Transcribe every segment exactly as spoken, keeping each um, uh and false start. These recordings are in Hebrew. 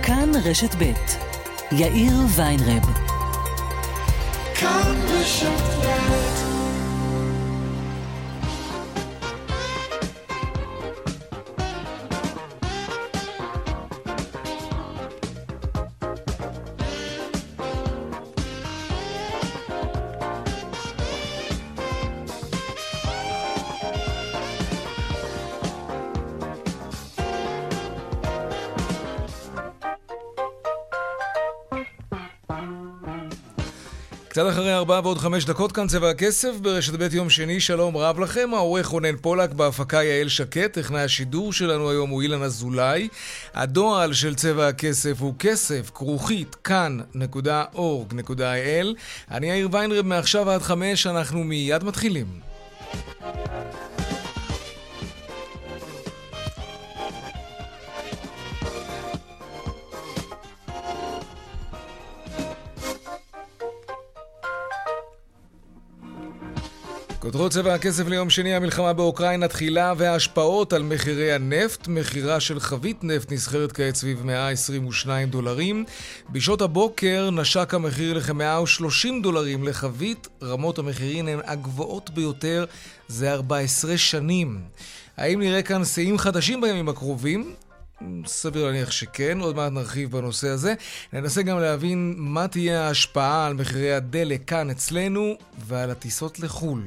כאן רשת ב' יאיר ויינרב. כאן רשת ב'. קצת אחרי ארבע ועוד חמש דקות, כאן צבע הכסף ברשת ב' יום שני. שלום רב לכם, העורך רונן פולק, בהפקה יעל שקט, טכנאי השידור שלנו היום הוא אילן אזולאי. הדואל של צבע הכסף הוא כסף כרוכית כאן נקודה אורג נקודה איי אל. אני יאיר ויינרב, מעכשיו עד חמש, אנחנו מיד מתחילים. כותרות צבע הכסף ליום שני: המלחמה באוקראינה תחילה וההשפעות על מחירי הנפט. מחירה של חבית נפט נסחרת כעת סביב מאה עשרים ושניים דולרים. בשעות הבוקר נשק המחיר לכ-מאה ושלושים דולרים לחבית. רמות המחירים הן הגבוהות ביותר זה ארבע עשרה שנים. האם נראה כאן שיאים חדשים בימים הקרובים? סביר להניח שכן, עוד מעט נרחיב בנושא הזה. ננסה גם להבין מה תהיה ההשפעה על מחירי הדלק כאן אצלנו ועל הטיסות לחול.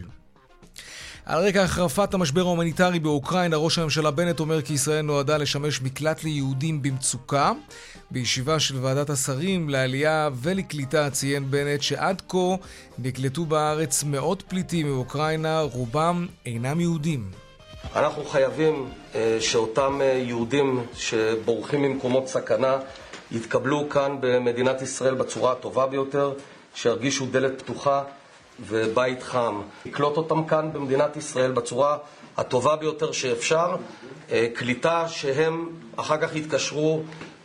על רקע החרפת המשבר ההומניטרי באוקראינה, ראש הממשלה בנט אומר כי ישראל נועדה לשמש מקלט ליהודים במצוקה. בישיבה של ועדת השרים לעלייה ולקליטה ציין בנט שעד כה נקלטו בארץ מאות פליטים מאוקראינה, רובם אינם יהודים. אנחנו חייבים שאותם יהודים שבורחים ממקומות סכנה יתקבלו כאן במדינת ישראל בצורה הטובה ביותר, שירגישו דלת פתוחה ובית חם. לקלוט אותם כאן במדינת ישראל בצורה הטובה ביותר שאפשר, קליטה שהם אחר כך יתקשרו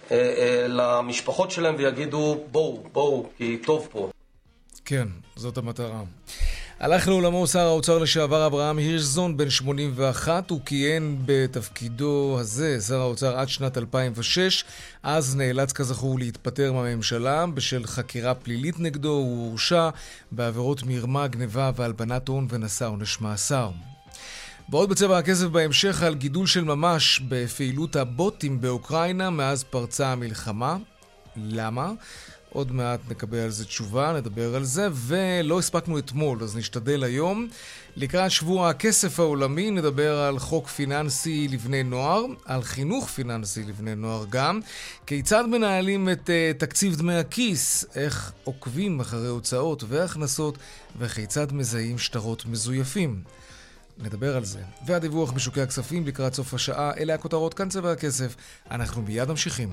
למשפחות שלהם ויגידו בואו, בואו, כי טוב פה. כן, זאת המטרה. הלך לעולמו שר האוצר לשעבר אברהם הירשזון, בן שמונים ואחת. הוא כיהן בתפקידו הזה, שר האוצר, עד שנת אלפיים ושש. אז נאלץ כזכור להתפטר מהממשלה בשל חקירה פלילית נגדו. הוא הורשע בעבירות מרמה, גניבה והלבנת הון ונשא עונש מאסר. בעוד בצבע הכסף בהמשך על גידול של ממש בפעילות הבוטים באוקראינה מאז פרצה המלחמה. למה? עוד מעט נקבל על זה תשובה, נדבר על זה, ולא הספקנו אתמול, אז נשתדל היום. לקראת שבוע הכסף העולמי נדבר על חוק פיננסי לבני נוער, על חינוך פיננסי לבני נוער גם, כיצד מנהלים את uh, תקציב דמי הכיס, איך עוקבים אחרי הוצאות והכנסות, וכיצד מזהים שטרות מזויפים. נדבר על זה. והדיווח בשוקי הכספים לקראת סוף השעה, אלה הכותרות, כאן צבע הכסף. אנחנו מיד ממשיכים.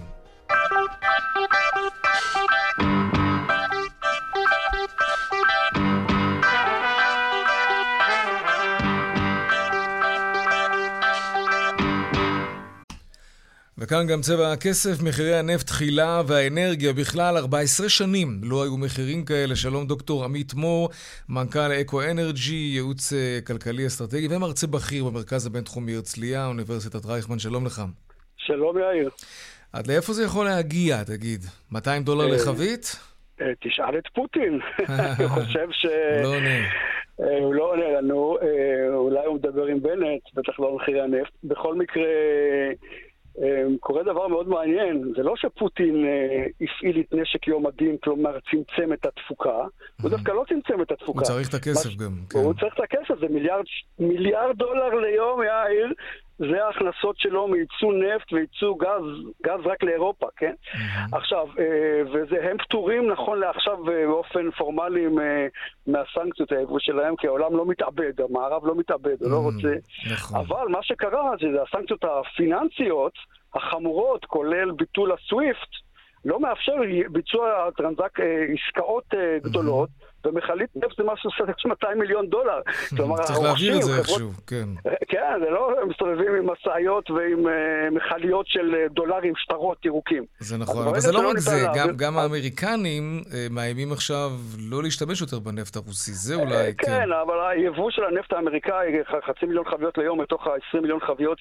וכאן גם צבע הכסף. מחירי הנפט תחילה והאנרגיה בכלל ארבע עשרה שנים לא היו מחירים כאלה. שלום דוקטור עמית מור, מנכ"ל אקו אנרג'י, ייעוץ כלכלי אסטרטגי ומרצה בכיר במרכז הבינתחומי הרצליה, אוניברסיטת רייכמן. שלום לך. שלום יאיר. עד לאיפה זה יכול להגיע, תגיד? מאתיים דולר לחבית? תשאל את פוטין. אני חושב ש... לא עונה. הוא לא עונה לנו. אולי הוא מדבר עם בנט, בטח לא מחירי הנפט. בכל מקרה... קורה דבר מאוד מעניין. זה לא שפוטין הפעיל את נשק יום הדין, כלומר צמצם את התפוקה. הוא דווקא לא צמצם את התפוקה. הוא צריך את הכסף גם. הוא צריך את הכסף, זה מיליארד דולר ליום, יאיר. זה ההכנסות שלו מייצוא נפט וייצוא גז, גז רק לאירופה, כן? עכשיו, וזה, הם פטורים נכון לעכשיו באופן פורמלי מהסנקציות האיבו שלהם, כי העולם לא מתאבד, המערב לא מתאבד, הוא לא רוצה. אבל מה שקרה זה הסנקציות הפיננסיות החמורות, כולל ביטול הסוויפט, לא מאפשר ביצוע טרנזק, עסקאות גדולות ומחלית נפט זה משהו של מאתיים מיליון דולר. צריך להעביר את זה איכשהו, כן. כן, זה לא מסתובבים עם מסעיות ועם מחליות של דולרים, שטרות, ירוקים. זה נכון, אבל זה לא רק זה, גם האמריקנים מאיימים עכשיו לא להשתמש יותר בנפט הרוסי, זה אולי, כן. כן, אבל היבוא של הנפט האמריקאי, חצי מיליון חביות ליום מתוך ה-עשרים מיליון חביות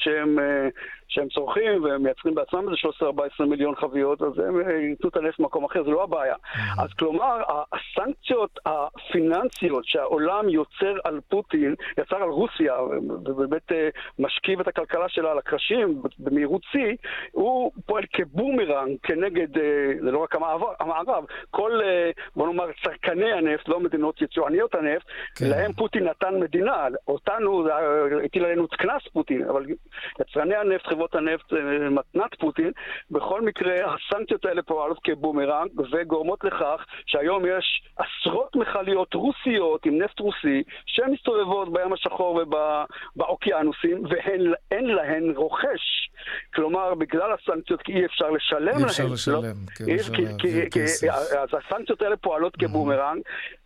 שהם צורכים, והם מייצרים בעצמם איזה שלוש עשרה ארבע עשרה מיליון חביות, אז הם ייתנו את הנפט במקום אחר, זה לא הבעיה. אז כלומר, הסנקציות הפיננסיות שהעולם יוצר על פוטין, יצר על רוסיה, ובאמת משכיב את הכלכלה שלה על הקרשים במהירות שיא, הוא פועל כבומרנג כנגד, זה לא רק המערב, כל, בוא נאמר, צרכני הנפט, לא מדינות יצואניות הנפט, כן. להם פוטין נתן מדינה, אותנו, הטיל עלינו קנס פוטין, אבל יצרני הנפט, חברות הנפט, מתנת פוטין, בכל מקרה, הסנקציות האלה פועלות כבומרנג, וגורמות לכך שהיום יש עשרות מכליות רוסיות עם נפט רוסי, שהן מסתובבות בים השחור ובאוקיינוסים, ואין להן רוכש. כלומר, בגלל הסנקציות, כי אי אפשר לשלם להן. אי אפשר לשלם, כן, אפשר להעביר כסף. אז הסנקציות האלה פועלות כבומרנג,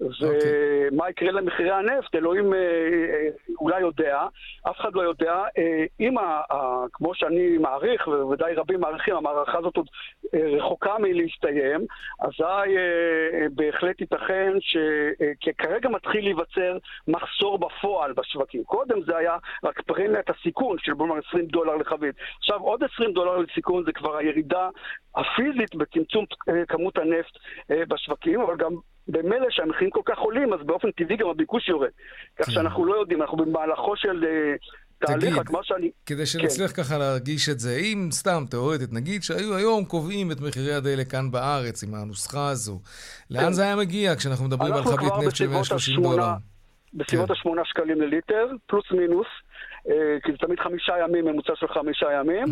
ומה יקרה למחירי הנפט? אלוהים אולי יודע, אף אחד לא יודע. אם, כמו שאני מעריך, וודאי רבים מעריכים, המערכה הזאת עוד רחוקה מלהסתיים, אזי בהחלט ייתכן שכרגע מתחיל להיווצר מחסור בפועל בשווקים. קודם זה היה רק פרמיית הסיכון של בוא נאמר עשרים דולר לחבית. עכשיו עוד עשרים דולר לסיכון זה כבר הירידה הפיזית בצמצום כמות הנפט בשווקים, אבל גם במילא שהמחירים כל כך עולים, אז באופן טבעי גם הביקוש יורד. כך שאנחנו לא יודעים, אנחנו במהלכו של תהליך, כמו שאני... כדי שנצליח ככה להרגיש את זה, אם סתם תיאורטית, נגיד שהיו היום קובעים את מחירי הדלק כאן בארץ עם הנוסחה הזו, לאן זה היה מגיע כשאנחנו מדברים על חבית נפט של מאה ושלושים דולר? בסביבות השמונה שקלים לליטר, פלוס מינוס, כי זה תמיד חמישה ימים, ממוצע של חמישה ימים,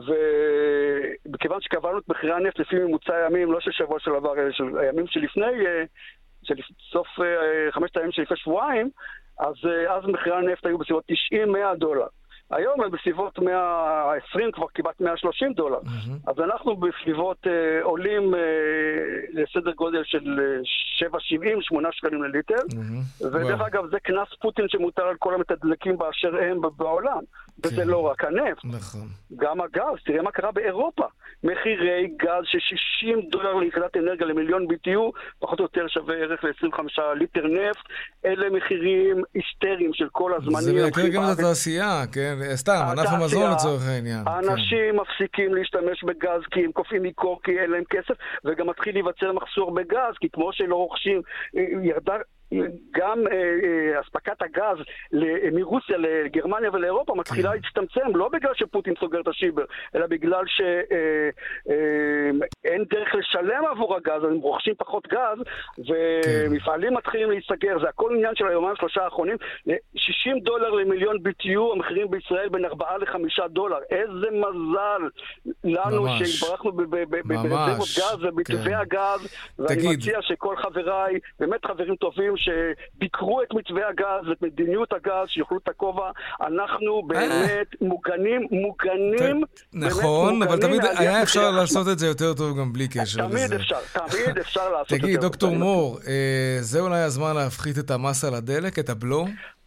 ובכיוון שקבענו את מחירי הנפט לפי ממוצע ימים, לא של שבוע של עבר, אלא של הימים שלפני, של סוף חמשת הימים שלפני שבועיים, אז אז מחירי הנפט היו בסביבות תשעים עד מאה דולר. היום הם בסביבות מאה ועשרים, כבר כמעט מאה ושלושים דולר. Mm-hmm. אז אנחנו בסביבות אה, עולים אה, לסדר גודל של שבע שבעים, שמונה שקלים לליטר. Mm-hmm. ודרך wow. אגב, זה כנס פוטין שמוטל על כל המתדלקים באשר הם בעולם. Okay. וזה לא רק הנפט. נכון. גם הגז, תראה מה קרה באירופה. מחירי גז של שישים דולר ליחידת אנרגיה למיליון בי טי יו, פחות או יותר שווה ערך ל-עשרים וחמישה ליטר נפט. אלה מחירים היסטריים של כל הזמנים. זה מייקר גם את התעשייה, כן? סתם, ענף המזון לצורך העניין. האנשים מפסיקים להשתמש בגז כי הם קופאים מקור, כי אין להם כסף, וגם מתחיל להיווצר מחסור בגז, כי כמו שלא רוכשים, ירדה גם אספקת הגז מרוסיה לגרמניה ולאירופה מתחילה להצטמצם, לא בגלל שפוטין סוגר את השיבר, אלא בגלל שאין דרך לשלם עבור הגז, אז הם רוכשים פחות גז, ומפעלים מתחילים להיסגר. זה הכל עניין של היומיים שלושה האחרונים. שישים דולר למיליון בי טי יו, המחירים בישראל בין ארבעה לחמישה דולר. איזה מזל לנו שהתברכנו ברזרבות גז ובמתווה הגז, ואני מציע שכל חבריי, באמת חברים טובים, שביקרו את מתווה הגז ואת מדיניות הגז, שיוכלו את הכובע. אנחנו באמת מוגנים, מוגנים. נכון, אבל תמיד היה אפשר לעשות את זה יותר טוב גם בלי קשר לזה. תמיד אפשר, תמיד אפשר לעשות את זה. תגיד, דוקטור מור, זה אולי הזמן להפחית את המס על הדלק, את הבלו?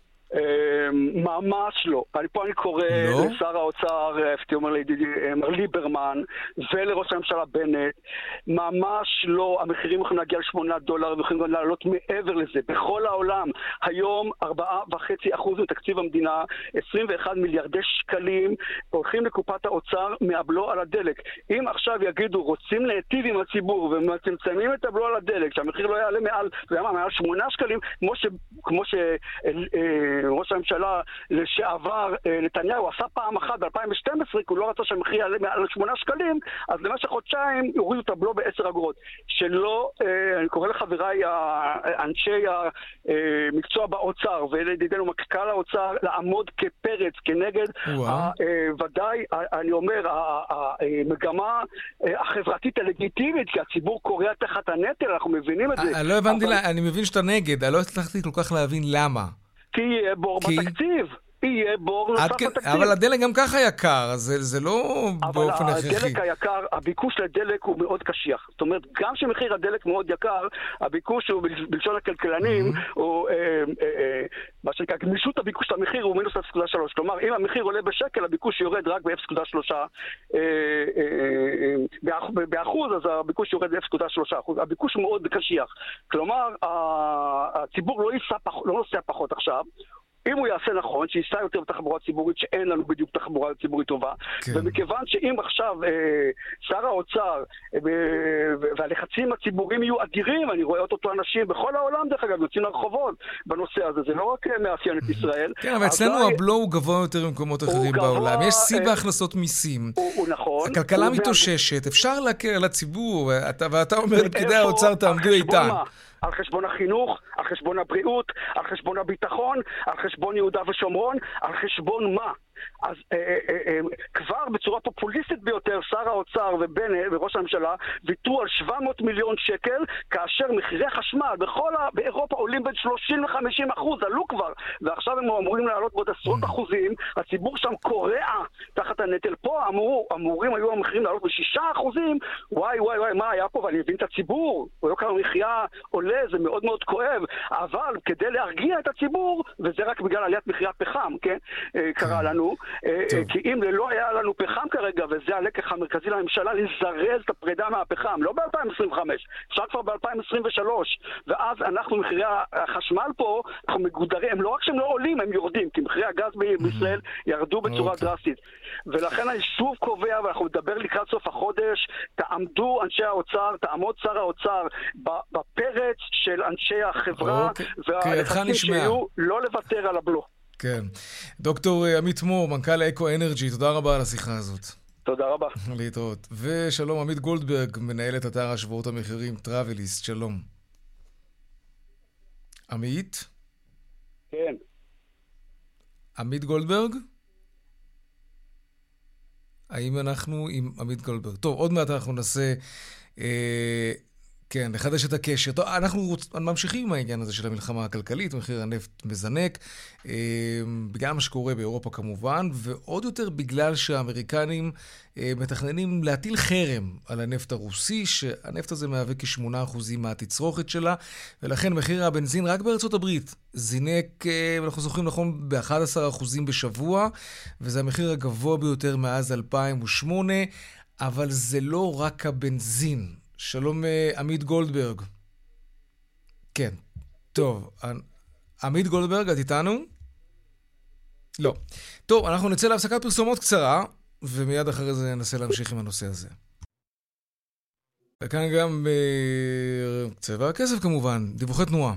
ממש לא. פה אני קורא לשר האוצר, אפתי אומר לידידי מר ליברמן, ולראש הממשלה בנט, ממש לא. המחירים יכולים להגיע לשמונה דולר, ויכולים גם לעלות מעבר לזה. בכל העולם, היום ארבעה וחצי אחוז מתקציב המדינה, עשרים ואחד מיליארדי שקלים, הולכים לקופת האוצר מהבלו על הדלק. אם עכשיו יגידו, רוצים להיטיב עם הציבור, ומצמצמים את הבלו על הדלק, שהמחיר לא יעלה מעל, מעל שמונה שקלים, כמו ש... כמו ש... ראש הממשלה לשעבר נתניהו עשה פעם אחת ב-אלפיים ושתים עשרה, כי הוא לא רצה שהמחיר יעלה מעל שמונה שקלים, אז למשך חודשיים יורידו את הבלו בעשר אגורות. שלא, אני קורא לחבריי אנשי המקצוע באוצר ולידידנו מנכ"ל האוצר לעמוד כפרץ כנגד ודאי, אני אומר, המגמה החברתית הלגיטימית, כי הציבור קורא תחת הנטל, אנחנו מבינים את זה. לא הבנתי, אני מבין שאתה נגד, אני לא הצלחתי כל כך להבין למה. כי יהיה בור בתקציב. יהיה בור נוסף כן, בתקציב. אבל הדלק גם ככה יקר, אז זה, זה לא באופן הכרחי. אבל הדלק היקר, הביקוש לדלק הוא מאוד קשיח. זאת אומרת, גם שמחיר הדלק מאוד יקר, הביקוש הוא בלשון הכלכלנים, mm-hmm. הוא, אה, אה, אה, מה שנקרא, גמישות הביקוש למחיר הוא מינוס אפס נקודה שלוש. כלומר, אם המחיר עולה בשקל, הביקוש יורד רק ב-אפס נקודה שלוש אה, אה, אה, באחוז, אז הביקוש יורד ב-אפס נקודה שלוש אחוז. הביקוש הוא מאוד קשיח. כלומר, הציבור לא ייסע פח, לא נוסע פחות עכשיו, אם הוא יעשה נכון, שייסע יותר בתחבורה ציבורית, שאין לנו בדיוק תחבורה ציבורית טובה, כן. ומכיוון שאם עכשיו אה, שר האוצר אה, והלחצים הציבוריים יהיו אדירים, אני רואה אותו אנשים בכל העולם דרך אגב, יוצאים לרחובות בנושא הזה, זה לא רק מאפיין את ישראל. כן, אבל אצלנו אזי... הבלו הוא גבוה יותר במקומות אחרים בעולם, יש שיא בהכנסות מיסים. הוא, הוא נכון. הכלכלה הוא מתאוששת, אפשר להקל על הציבור, ואתה, ואתה אומר לפקידי האוצר, תעמדו איתן. על חשבון החינוך, על חשבון הבריאות, על חשבון הביטחון, על חשבון יהודה ושומרון, על חשבון מה? אז אה, אה, אה, כבר בצורה פופוליסטית ביותר שר האוצר ובנט וראש הממשלה ויתרו על שבע מאות מיליון שקל, כאשר מחירי חשמל בכל ה... באירופה עולים בין שלושים ל-חמישים אחוז, עלו כבר, ועכשיו הם אמורים לעלות בעוד עשרות אחוזים, הציבור שם קורע תחת הנטל. פה אמור, אמורים היו המחירים לעלות בשישה אחוזים, וואי וואי וואי, מה היה פה? ואני מבין את הציבור, לא כמה מחיה עולה, זה מאוד מאוד כואב, אבל כדי להרגיע את הציבור, וזה רק בגלל עליית מחירי הפחם, כן? קרה לנו, כי אם לא היה לנו פחם כרגע, וזה הלקח המרכזי לממשלה, לזרז את הפרידה מהפחם, לא ב-אלפיים עשרים וחמש, אפשר כבר ב-אלפיים עשרים ושלוש, ואז אנחנו, מחירי החשמל פה, אנחנו מגודרים, הם לא רק שהם לא עולים, הם יורדים, כי מחירי הגז בישראל ירדו בצורה דרסטית. ולכן אני שוב קובע, ואנחנו נדבר לקראת סוף החודש, תעמדו אנשי האוצר, תעמוד שר האוצר בפרץ של אנשי החברה, והלחצים שיהיו לא לוותר על הבלו. כן. דוקטור עמית מור, מנכ"ל אקו אנרג'י, תודה רבה על השיחה הזאת. תודה רבה. להתראות. ושלום, עמית גולדברג, מנהלת אתר השוואות המחירים טראבליסט, שלום. עמית? כן. עמית גולדברג? האם אנחנו עם עמית גולדברג? טוב, עוד מעט אנחנו ננסה... אה, כן, לחדש את הקשר. טוב, אנחנו רוצ... ממשיכים עם העניין הזה של המלחמה הכלכלית, מחיר הנפט מזנק, אה, בגלל מה שקורה באירופה כמובן, ועוד יותר בגלל שהאמריקנים אה, מתכננים להטיל חרם על הנפט הרוסי, שהנפט הזה מהווה כשמונה אחוזים מהתצרוכת שלה, ולכן מחיר הבנזין רק בארצות הברית זינק, אה, אנחנו זוכרים נכון, ב-אחד עשר אחוזים בשבוע, וזה המחיר הגבוה ביותר מאז אלפיים ושמונה, אבל זה לא רק הבנזין. שלום עמית גולדברג. כן, טוב. עמית גולדברג, את איתנו? לא. טוב, אנחנו נצא להפסקת פרסומות קצרה, ומיד אחרי זה ננסה להמשיך עם הנושא הזה. וכאן גם צבע הכסף כמובן, דיווחי תנועה.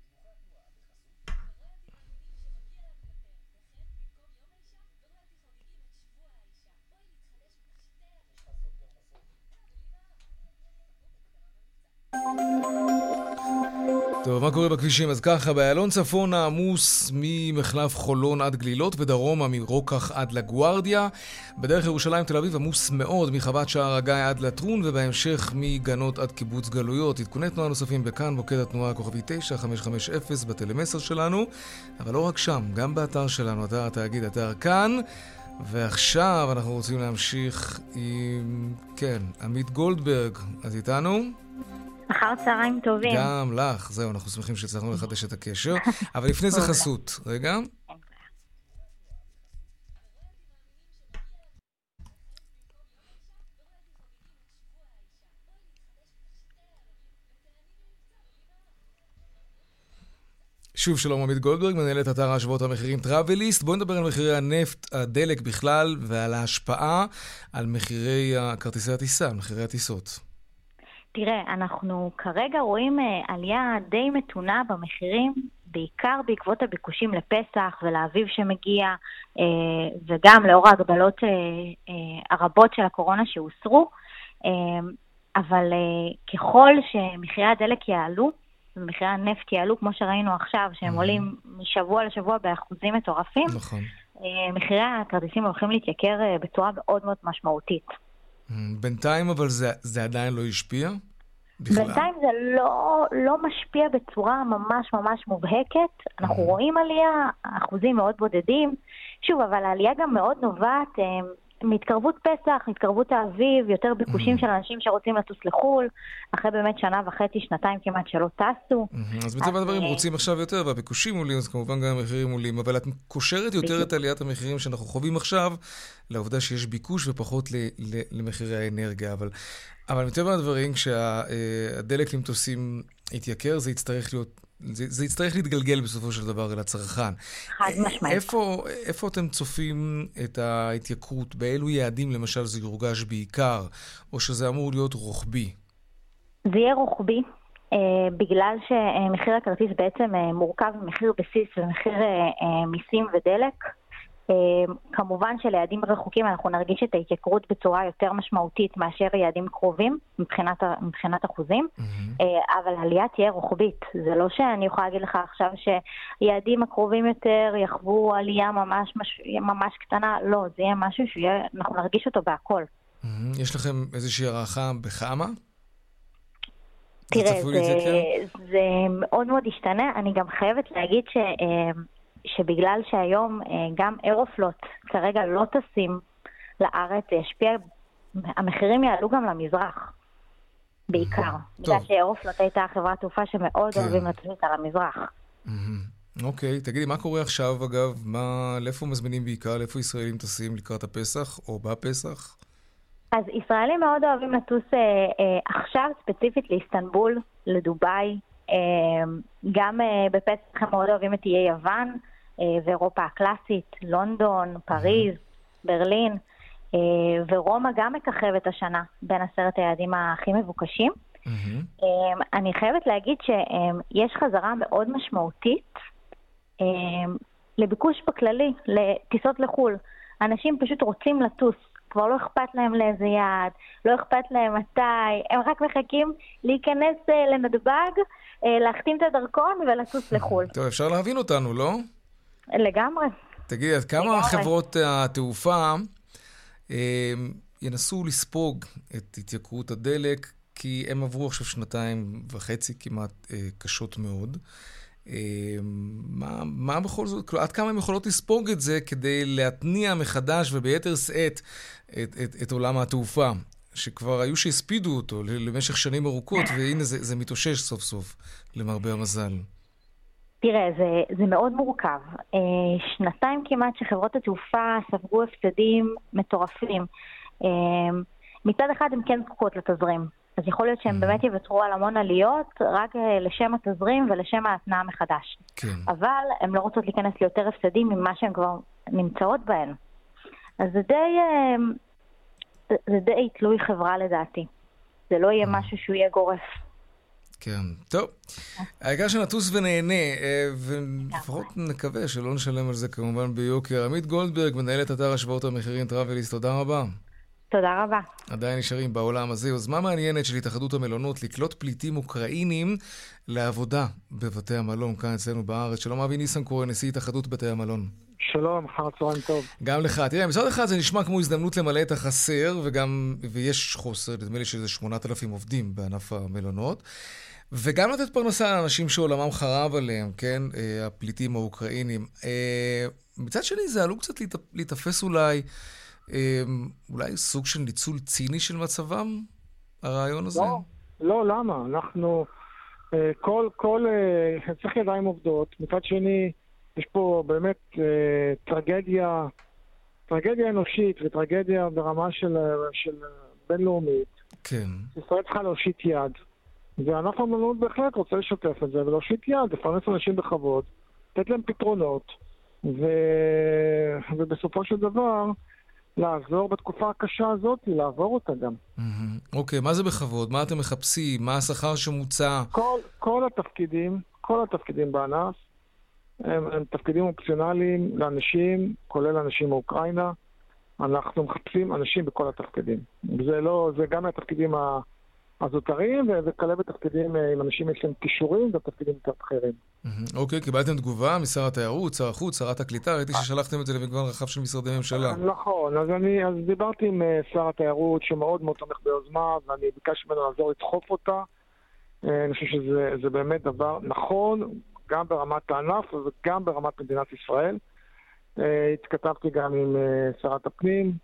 טוב, מה קורה בכבישים? אז ככה, באיילון צפון העמוס ממחלף חולון עד גלילות ודרומה מרוקח עד לגוארדיה. בדרך ירושלים תל אביב עמוס מאוד מחוות שער הגיא עד לטרון, ובהמשך מגנות עד קיבוץ גלויות. עדכוני תנועה נוספים בכאן, מוקד התנועה הכוכבי תשע חמש חמש אפס בטלמסר שלנו, אבל לא רק שם, גם באתר שלנו, אתר התאגיד, אתר כאן. ועכשיו אנחנו רוצים להמשיך עם, כן, עמית גולדברג. אז איתנו? אחר צהריים טובים. גם לך, זהו, אנחנו שמחים שהצלחנו לחדש את הקשר. אבל לפני זה חסות. רגע. שוב שלום, עמית גולדברג, מנהלת אתר השוואות המחירים טראבליסט. בואו נדבר על מחירי הנפט, הדלק בכלל, ועל ההשפעה על מחירי כרטיסי הטיסה, מחירי הטיסות. תראה, אנחנו כרגע רואים עלייה די מתונה במחירים, בעיקר בעקבות הביקושים לפסח ולאביב שמגיע, וגם לאור ההגבלות הרבות של הקורונה שהוסרו. אבל ככל שמחירי הדלק יעלו, ומחירי הנפט יעלו, כמו שראינו עכשיו, שהם עולים משבוע לשבוע באחוזים מטורפים, נכון. מחירי הכרטיסים הולכים להתייקר בצורה מאוד מאוד משמעותית. בינתיים, אבל זה, זה עדיין לא השפיע? בינתיים זה לא, לא משפיע בצורה ממש ממש מובהקת. אנחנו רואים עלייה, אחוזים מאוד בודדים. שוב, אבל העלייה גם מאוד נובעת מהתקרבות פסח, התקרבות האביב, יותר ביקושים של אנשים שרוצים לטוס לחול, אחרי באמת שנה וחצי, שנתיים כמעט שלא טסו. אז בטבע הדברים רוצים עכשיו יותר, והביקושים עולים, אז כמובן גם המחירים עולים, אבל את קושרת יותר את עליית המחירים שאנחנו חווים עכשיו, לעובדה שיש ביקוש ופחות למחירי האנרגיה, אבל אבל מטבע הדברים, כשהדלק למטוסים יתייקר, זה יצטרך להיות, זה, זה יצטרך להתגלגל בסופו של דבר אל הצרכן. חד משמעית. איפה, איפה אתם צופים את ההתייקרות? באילו יעדים למשל זה יורגש בעיקר, או שזה אמור להיות רוחבי? זה יהיה רוחבי, אה, בגלל שמחיר הכרטיס בעצם אה, מורכב ממחיר בסיס ומחיר אה, מיסים ודלק. כמובן שליעדים רחוקים אנחנו נרגיש את ההתייקרות בצורה יותר משמעותית מאשר יעדים קרובים מבחינת, מבחינת אחוזים, mm-hmm. אבל העלייה תהיה רוחבית. זה לא שאני יכולה להגיד לך עכשיו שיעדים הקרובים יותר יחוו עלייה ממש, ממש קטנה, לא, זה יהיה משהו שאנחנו נרגיש אותו בהכל. Mm-hmm. יש לכם איזושהי הערכה בכמה? תראה, זה, זה, זה מאוד מאוד ישתנה. אני גם חייבת להגיד ש... שבגלל שהיום גם אירופלוט כרגע לא טסים לארץ, ישפיע, המחירים יעלו גם למזרח, בעיקר. בגלל שאירופלוט הייתה חברת תעופה שמאוד אוהבים לטוס על המזרח. אוקיי, תגידי, מה קורה עכשיו, אגב? לאיפה מזמינים בעיקר? לאיפה ישראלים טסים לקראת הפסח או בפסח? אז ישראלים מאוד אוהבים לטוס עכשיו, ספציפית לאיסטנבול, לדוביי, גם בפסח הם מאוד אוהבים את איי יוון ואירופה הקלאסית, לונדון, פריז, ברלין, ורומא גם מככבת השנה בין עשרת היעדים הכי מבוקשים. אני חייבת להגיד שיש חזרה מאוד משמעותית לביקוש בכללי, לטיסות לחול. אנשים פשוט רוצים לטוס, כבר לא אכפת להם לאיזה יעד, לא אכפת להם מתי, הם רק מחכים להיכנס לנתב"ג, להחתים את הדרכון ולטוס לחול. טוב, אפשר להבין אותנו, לא? לגמרי. תגידי, עד כמה חברות התעופה אה, ינסו לספוג את התייקרות הדלק, כי הם עברו עכשיו שנתיים וחצי כמעט אה, קשות מאוד. אה, מה, מה בכל זאת, עד כמה הם יכולות לספוג את זה כדי להתניע מחדש וביתר שאת את, את, את עולם התעופה? שכבר היו שהספידו אותו למשך שנים ארוכות, והנה זה, זה מתאושש סוף סוף, למרבה המזל. תראה, זה, זה מאוד מורכב. שנתיים כמעט שחברות התעופה ספגו הפסדים מטורפים. מצד אחד הן כן זקוקות לתזרים. אז יכול להיות שהם באמת יוותרו על המון עליות, רק לשם התזרים ולשם ההתנעה מחדש. כן. אבל הן לא רוצות להיכנס ליותר הפסדים ממה שהן כבר נמצאות בהן. אז זה די... זה די תלוי חברה לדעתי. זה לא יהיה משהו שהוא יהיה גורף. כן, טוב. העיקר שנטוס ונהנה, ולפחות נקווה שלא נשלם על זה כמובן ביוקר. עמית גולדברג, מנהלת אתר השוואות המחירים טראבליסט, תודה רבה. תודה רבה. עדיין נשארים בעולם הזה. יוזמה מעניינת של התאחדות המלונות לקלוט פליטים אוקראינים לעבודה בבתי המלון, כאן אצלנו בארץ. שלום אבי ניסנקורן, נשיא התאחדות בתי המלון. שלום, אחר צהריים טוב. גם לך. תראה, מצד אחד זה נשמע כמו הזדמנות למלא את החסר, וגם, ויש חוסר, נדמה לי שזה שמונת אלפים עובדים בענף המלונות, וגם לתת פרנסה לאנשים שעולמם חרב עליהם, כן, הפליטים האוקראינים. מצד שני, זה עלול קצת להתאפס אולי, אולי סוג של ניצול ציני של מצבם, הרעיון הזה? לא, לא, למה? אנחנו, כל, כל, צריך ידיים עובדות, מצד שני, יש פה באמת אה, טרגדיה, טרגדיה אנושית וטרגדיה ברמה של, של בינלאומית. כן. ישראל צריכה להושיט יד. וענף המלונות בהחלט רוצה לשתף את זה ולהושיט יד, לפרנס אנשים בכבוד, לתת להם פתרונות, ו... ובסופו של דבר לעזור בתקופה הקשה הזאת, לעבור אותה גם. Mm-hmm. אוקיי, מה זה בכבוד? מה אתם מחפשים? מה השכר שמוצע? כל, כל התפקידים, כל התפקידים בענף, הם, הם תפקידים אופציונליים לאנשים, כולל אנשים מאוקראינה. אנחנו מחפשים אנשים בכל התפקידים. זה לא, זה גם התפקידים הזוטרים, וכלה בתפקידים עם אנשים יש להם קישורים, ותפקידים יותר בכירים. אוקיי, קיבלתם תגובה משר התיירות, שר החוץ, שרת הקליטה, ראיתי ששלחתם את זה למגוון רחב של משרדי ממשלה. נכון, אז אני, אז דיברתי עם שר התיירות, שמאוד מאוד תומך ביוזמה, ואני ביקשתי ממנו לעזור לדחוף אותה, אני חושב שזה זה באמת דבר נכון, גם ברמת הענף וגם ברמת מדינת ישראל. התכתבתי גם עם שרת הפנים,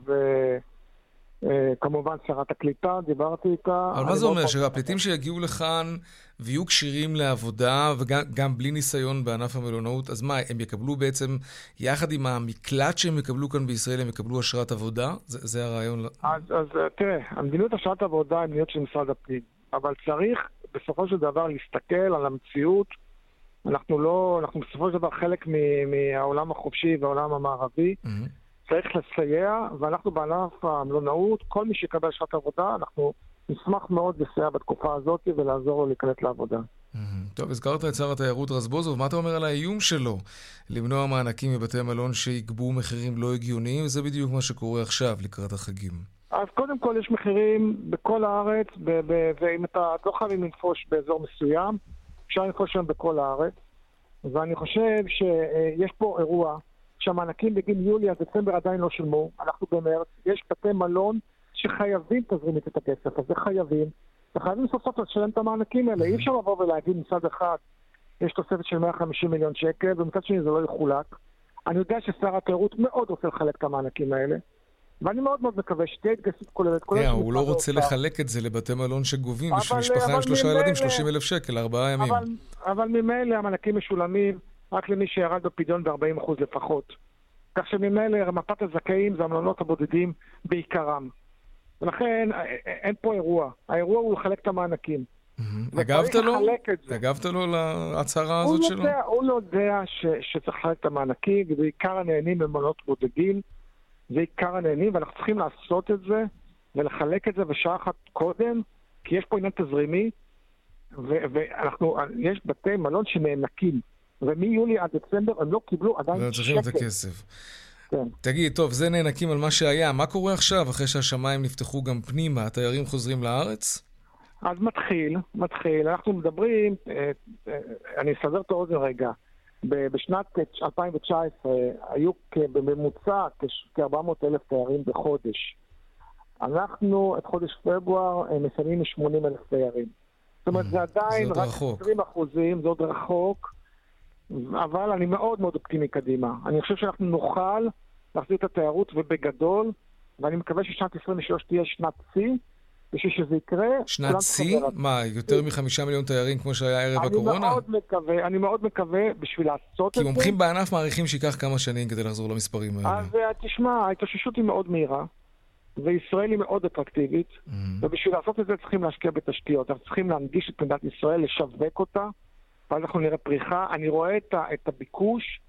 וכמובן שרת הקליטה, דיברתי איתה. אבל מה זה אומר? שהפליטים שיגיעו לכאן ויהיו קשירים לעבודה, וגם בלי ניסיון בענף המלונאות, אז מה, הם יקבלו בעצם, יחד עם המקלט שהם יקבלו כאן בישראל, הם יקבלו אשרת עבודה? זה, זה הרעיון? אז, אז תראה, המדיניות אשרת עבודה היא מדיניות של משרד הפנים, אבל צריך בסופו של דבר להסתכל על המציאות. אנחנו לא, אנחנו בסופו של דבר חלק מהעולם החופשי והעולם המערבי. Mm-hmm. צריך לסייע, ואנחנו בענף המלונאות, כל מי שיקבל אשרת עבודה, אנחנו נשמח מאוד לסייע בתקופה הזאת ולעזור לו להיקלט לעבודה. Mm-hmm. טוב, הזכרת את שר התיירות רזבוזוב, מה אתה אומר על האיום שלו למנוע מענקים מבתי המלון שיקבעו מחירים לא הגיוניים? וזה בדיוק מה שקורה עכשיו לקראת החגים. אז קודם כל יש מחירים בכל הארץ, ב- ב- ואם אתה לא חייבים לנפוש באזור מסוים, אפשר לנפוש שם בכל הארץ. ואני חושב שיש פה אירוע שהמענקים בגין יולי עד דצמבר עדיין לא שולמו. אנחנו במרץ, יש בתי מלון שחייבים תזרימית את הכסף, אז זה חייבים. וחייבים סוף סוף לשלם את המענקים האלה. אי אפשר לבוא ולהגיד מצד אחד, יש תוספת של מאה וחמישים מיליון שקל, ומצד שני זה לא יחולק. אני יודע ששר התיירות מאוד רוצה לחלק את המענקים האלה, ואני מאוד מאוד מקווה שתהיה התגייסות כוללת. הוא לא רוצה לחלק את זה לבתי מלון שגובים בשביל משפחה עם שלושה ילדים, שלושים אלף שקל, ארבעה ימים. אבל ממילא המענקים משולמים רק למי שירד בפדיון ב-ארבעים אחוז לפחות. כך שממילא מפת הזכאים זה המלונות הבודדים בעיקרם. ולכן אין פה אירוע. האירוע הוא לחלק את המענקים. הגבת לו? הגבת לו להצהרה הזאת שלו? הוא לא יודע שצריך לחלק את המענקים, ובעיקר הנהנים במלונות בודדים. זה עיקר הנהנים, ואנחנו צריכים לעשות את זה, ולחלק את זה בשעה אחת קודם, כי יש פה עניין תזרימי, ואנחנו, יש בתי מלון שנאנקים, ומיולי עד דצמבר הם לא קיבלו עדיין שקל. צריכים את הכסף. כן. תגיד, טוב, זה נאנקים על מה שהיה. מה קורה עכשיו, אחרי שהשמיים נפתחו גם פנימה? התיירים חוזרים לארץ? אז מתחיל, מתחיל. אנחנו מדברים, אני אסדר את האוזן רגע, בשנת אלפיים תשע עשרה היו בממוצע כ-ארבע מאות אלף תיירים בחודש. אנחנו את חודש פברואר מסיימים מ-שמונים אלף תיירים. זאת אומרת, זה עדיין רק עשרים אחוזים, זה עוד רחוק, אבל אני מאוד מאוד אופטימי קדימה. אני חושב שאנחנו נוכל להחזיר את התיירות ובגדול, ואני מקווה ששנת עשרים ושלוש תהיה שנת צי, בשביל שזה יקרה... שנת צי? מה, יותר מחמישה מיליון תיירים כמו שהיה ערב הקורונה? אני מאוד מקווה, אני מאוד מקווה בשביל לעשות את זה. כי מומחים בענף מעריכים שיקח כמה שנים כדי לחזור למספרים האלה. אז תשמע, ההתאוששות היא מאוד מהירה, וישראל היא מאוד אטרקטיבית, ובשביל לעשות את זה צריכים להשקיע בתשתיות, אנחנו צריכים להנגיש את מדינת ישראל, לשווק אותה, ואז אנחנו נראה פריחה. אני רואה את הביקוש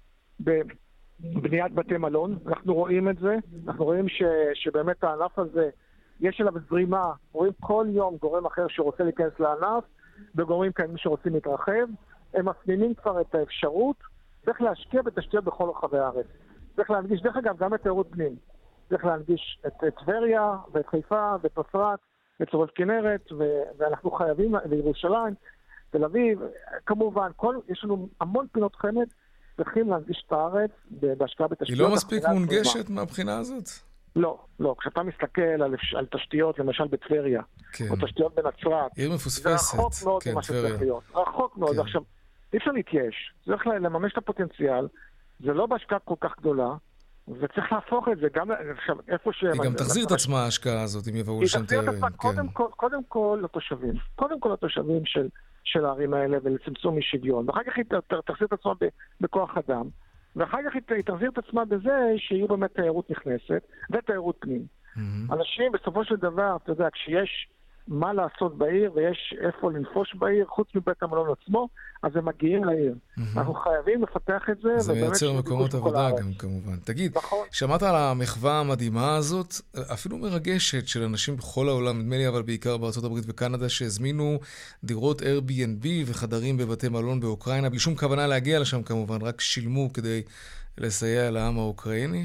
בבניית בתי מלון, אנחנו רואים את זה, אנחנו רואים שבאמת הענף הזה יש אליו זרימה, רואים כל יום גורם אחר שרוצה להיכנס לענף, וגורמים כאלה שרוצים להתרחב, הם מפנימים כבר את האפשרות, צריך להשקיע בתשתיות בכל רחבי הארץ. צריך להנגיש, דרך אגב, גם את תיירות פנים. צריך להנגיש את טבריה, ואת חיפה, ואת נצרת, ואת סובב כנרת, ו- ואנחנו חייבים, וירושלים, תל אביב, כמובן, כל, יש לנו המון פינות חמד, צריכים להנגיש את הארץ בהשקעה בתשתיות. היא לא מספיק מונגשת מהבחינה הזאת? לא, לא. כשאתה מסתכל על, על תשתיות, למשל בטבריה, כן. או תשתיות בנצרת, עיר מפוספסת. זה רחוק מאוד כן, ממה שצריך להיות. רחוק מאוד. כן. עכשיו, אי אפשר להתייאש. צריך לממש את הפוטנציאל. זה לא בהשקעה כל כך גדולה, וצריך להפוך את זה. גם, עכשיו, איפה ש... היא גם תחזיר את עצמה ההשקעה הזאת, אם יבואו לשם תיירים. קודם כל, קודם כל לתושבים. קודם כל לתושבים של, של הערים האלה, ולצמצום משוויון. ואחר כך היא תחזיר את עצמה בכוח אדם. ואחר כך היא תחזיר את עצמה בזה שיהיו באמת תיירות נכנסת ותיירות פנים. Mm-hmm. אנשים בסופו של דבר, אתה יודע, כשיש מה לעשות בעיר ויש איפה לנפוש בעיר, חוץ מבית המלון עצמו, אז הם מגיעים לעיר. Mm-hmm. אנחנו חייבים לפתח את זה. זה מייצר מקומות עבודה גם כמובן. תגיד, נכון. שמעת על המחווה המדהימה הזאת, אפילו מרגשת של אנשים בכל העולם, נדמה לי אבל בעיקר בארצות הברית וקנדה, שהזמינו דירות Airbnb וחדרים בבתי מלון באוקראינה, בלי שום כוונה להגיע לשם כמובן, רק שילמו כדי לסייע לעם האוקראיני?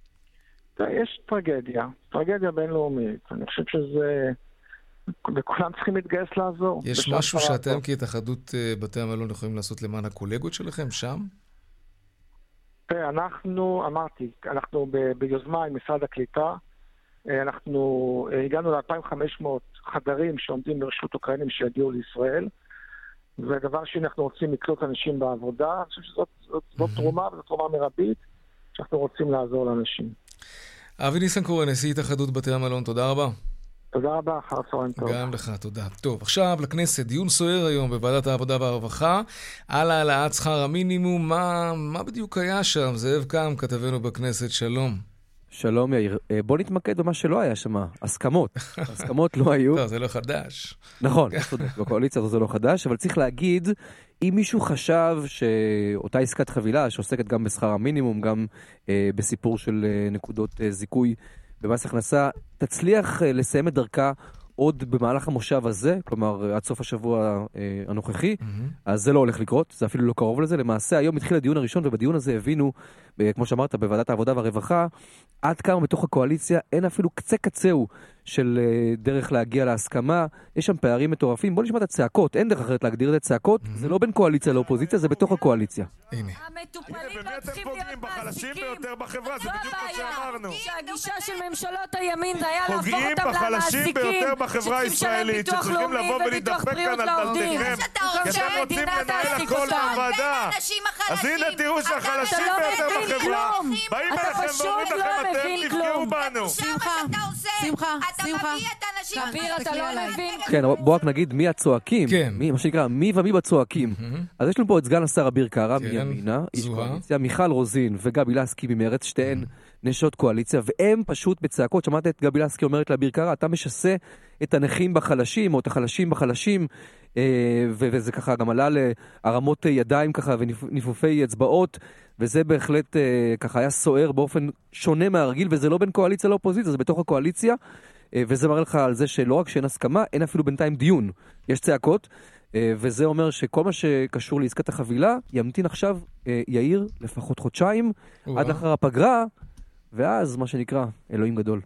יש טרגדיה, טרגדיה בינלאומית. אני חושב שזה... וכולם צריכים להתגייס לעזור. יש משהו שאתם כהתאחדות בתי המלון יכולים לעשות למען הקולגות שלכם שם? אנחנו, אמרתי, אנחנו ב- ביוזמה עם משרד הקליטה, אנחנו הגענו ל-אלפיים וחמש מאות חדרים שעומדים ברשות אוקראינים שיגיעו לישראל, ודבר שני, אנחנו רוצים לקלוט אנשים בעבודה. אני חושב שזאת זאת, זאת תרומה, וזאת תרומה מרבית, שאנחנו רוצים לעזור לאנשים. אבי ניסנקורן, נשיא התאחדות בתי המלון, תודה רבה. תודה רבה, אחר צהריים טוב. גם לך, תודה. טוב, עכשיו לכנסת, דיון סוער היום בוועדת העבודה והרווחה, על העלאת שכר המינימום. מה, מה בדיוק היה שם? זאב קם, כתבנו בכנסת, שלום. שלום יאיר, בוא נתמקד במה שלא היה שם, הסכמות. הסכמות לא היו. לא, זה לא חדש. נכון, בקואליציה זה לא חדש, אבל צריך להגיד, אם מישהו חשב שאותה עסקת חבילה, שעוסקת גם בשכר המינימום, גם אה, בסיפור של אה, נקודות אה, זיכוי במס הכנסה, תצליח אה, לסיים את דרכה עוד במהלך המושב הזה, כלומר עד סוף השבוע אה, הנוכחי, mm-hmm. אז זה לא הולך לקרות, זה אפילו לא קרוב לזה. למעשה היום התחיל הדיון הראשון, ובדיון הזה הבינו, אה, כמו שאמרת, בוועדת העבודה והרווחה, עד כמה בתוך הקואליציה אין אפילו קצה קצהו של אה, דרך להגיע להסכמה. יש שם פערים מטורפים. בוא נשמע את הצעקות, אין דרך אחרת להגדיר את הצעקות, mm-hmm. זה לא בין קואליציה לאופוזיציה, זה בתוך הקואליציה. הנה. המטופלים צריכים להיות מעסיקים ביותר בחברה, זה בדיוק מה שאמרנו. שהגישה של ממשלות הימין זה היה להפוך אותם למעסיקים בחברה הישראלית, שצריכים לבוא ולהתדפק כאן על דלתכם, כי אתם רוצים לנהל הכל בוועדה. אז הנה תראו שהחלשים ביותר בחברה באים אליכם ואומרים לכם אתם תפגעו בנו. שמחה, שמחה, שמחה. כביר, אתה לא מבין. כן, בוא רק נגיד מי הצועקים, מה שנקרא מי ומי בצועקים. אז יש לנו פה את סגן השר אביר קארה מימינה, איש קואליציה, מיכל רוזין וגבי לסקי ממרץ, שתיהן נשות קואליציה, והם פשוט בצעקות. שמעת את גבי לסקי אומרת לאביר קארה, אתה משסה את הנכים בחלשים, או את החלשים בחלשים, וזה ככה גם עלה להרמות ידיים ככה וניפופי אצבעות, וזה בהחלט ככה היה סוער באופן שונה מהרגיל, וזה לא בין קואליציה לאופוזיציה, זה בתוך הקואליציה, וזה מראה לך על זה שלא רק שאין הסכמה, אין אפילו בינתיים דיון, יש צעקות, וזה אומר שכל מה שקשור לעסקת החבילה ימתין עכשיו יאיר לפחות חודשיים, עד אחר הפגרה, ואז מה שנקרא אלוהים גדול.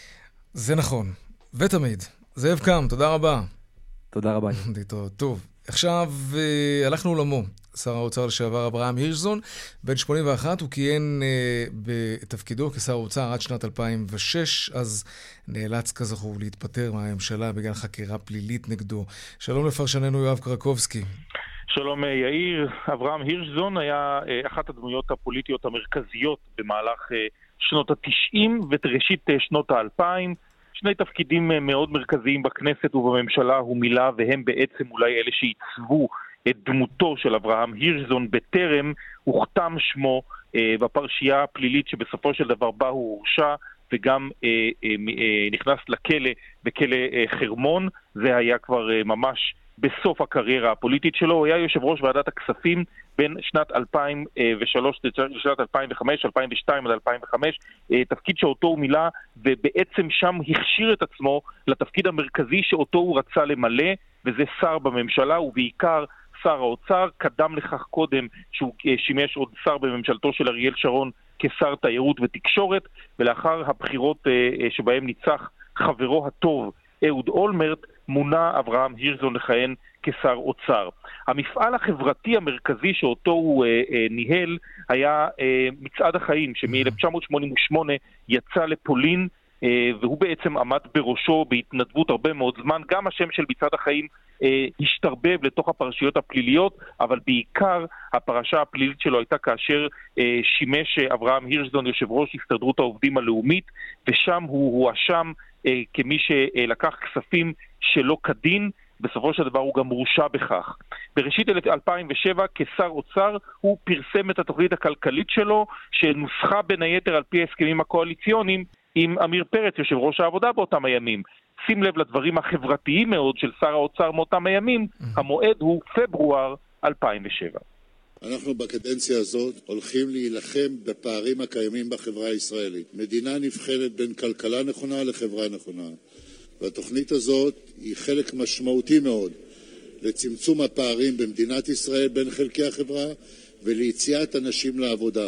זה נכון, ותמיד. זאב קם, תודה רבה. תודה רבה. טוב, עכשיו הלכנו לעולמו. שר האוצר לשעבר אברהם הירשזון, בן שמונים ואחת, הוא כיהן uh, בתפקידו כשר האוצר עד שנת אלפיים ושש, אז נאלץ כזכור להתפטר מהממשלה בגלל חקירה פלילית נגדו. שלום לפרשננו יואב קרקובסקי. שלום יאיר, אברהם הירשזון היה uh, אחת הדמויות הפוליטיות המרכזיות במהלך uh, שנות ה-תשעים וראשית uh, שנות ה-אלפיים. שני תפקידים מאוד מרכזיים בכנסת ובממשלה הוא מילה, והם בעצם אולי אלה שעיצבו את דמותו של אברהם הירשזון בטרם הוכתם שמו אה, בפרשייה הפלילית שבסופו של דבר בה הוא הורשע וגם אה, אה, אה, נכנס לכלא, בכלא אה, חרמון. זה היה כבר אה, ממש בסוף הקריירה הפוליטית שלו. הוא היה יושב ראש ועדת הכספים בין שנת אלפיים ושלוש לשנת אלפיים וחמש, אלפיים ושתיים עד אלפיים וחמש, תפקיד שאותו הוא מילא, ובעצם שם הכשיר את עצמו לתפקיד המרכזי שאותו הוא רצה למלא, וזה שר בממשלה, ובעיקר שר האוצר. קדם לכך קודם שהוא שימש עוד שר בממשלתו של אריאל שרון כשר תיירות ותקשורת, ולאחר הבחירות שבהם ניצח חברו הטוב אהוד אולמרט, מונה אברהם הירשזון לכהן כשר אוצר. המפעל החברתי המרכזי שאותו הוא אה, אה, ניהל היה אה, מצעד החיים, שמ-אלף תשע מאות שמונים ושמונה יצא לפולין, אה, והוא בעצם עמד בראשו בהתנדבות הרבה מאוד זמן. גם השם של מצעד החיים אה, השתרבב לתוך הפרשיות הפליליות, אבל בעיקר הפרשה הפלילית שלו הייתה כאשר אה, שימש אברהם הירשזון יושב ראש הסתדרות העובדים הלאומית, ושם הוא הואשם אה, כמי שלקח כספים שלא כדין. בסופו של דבר הוא גם מורשע בכך. בראשית אלפיים ושבע כשר אוצר הוא פרסם את התוכנית הכלכלית שלו, שנוסחה בין היתר על פי ההסכמים הקואליציוניים עם אמיר פרץ, יושב ראש העבודה באותם הימים. שים לב לדברים החברתיים מאוד של שר האוצר מאותם הימים, המועד הוא פברואר אלפיים ושבע. אנחנו בקדנציה הזאת הולכים להילחם בפערים הקיימים בחברה הישראלית. מדינה נבחנת בין כלכלה נכונה לחברה נכונה. והתוכנית הזאת היא חלק משמעותי מאוד לצמצום הפערים במדינת ישראל בין חלקי החברה וליציאת אנשים לעבודה.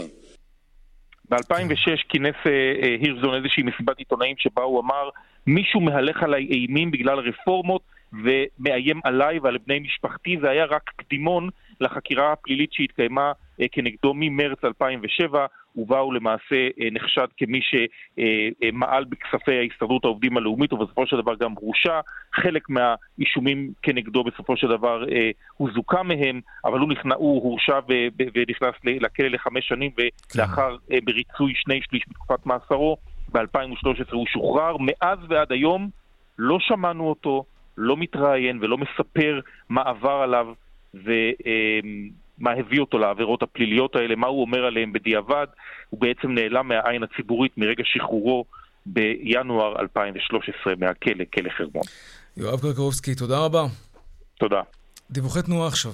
ב-אלפיים ושש כינס הירשזון איזושהי מסיבת עיתונאים שבה הוא אמר, מישהו מהלך עליי אימים בגלל רפורמות ומאיים עליי ועל בני משפחתי. זה היה רק קדימון לחקירה הפלילית שהתקיימה כנגדו ממרץ אלפיים ושבע. ובאו למעשה נחשד כמי שמעל בכספי ההסתדרות העובדים הלאומית, ובסופו של דבר גם הורשע. חלק מהאישומים כנגדו בסופו של דבר הוא זוכה מהם, אבל הוא, נכנע, הוא הורשע ונכנס לכלא לחמש שנים, ולאחר בריצוי שני שליש בתקופת מאסרו, ב-אלפיים ושלוש עשרה הוא שוחרר. מאז ועד היום לא שמענו אותו, לא מתראיין ולא מספר מה עבר עליו ומה הביא אותו לעבירות הפליליות האלה, מה הוא אומר עליהם בדיעבד. הוא בעצם נעלם מהעין הציבורית מרגע שחרורו בינואר אלפיים ושלוש עשרה מהכלא, כלא חרמון. יואב קרקובסקי, תודה רבה. תודה. דיווחי תנועה עכשיו.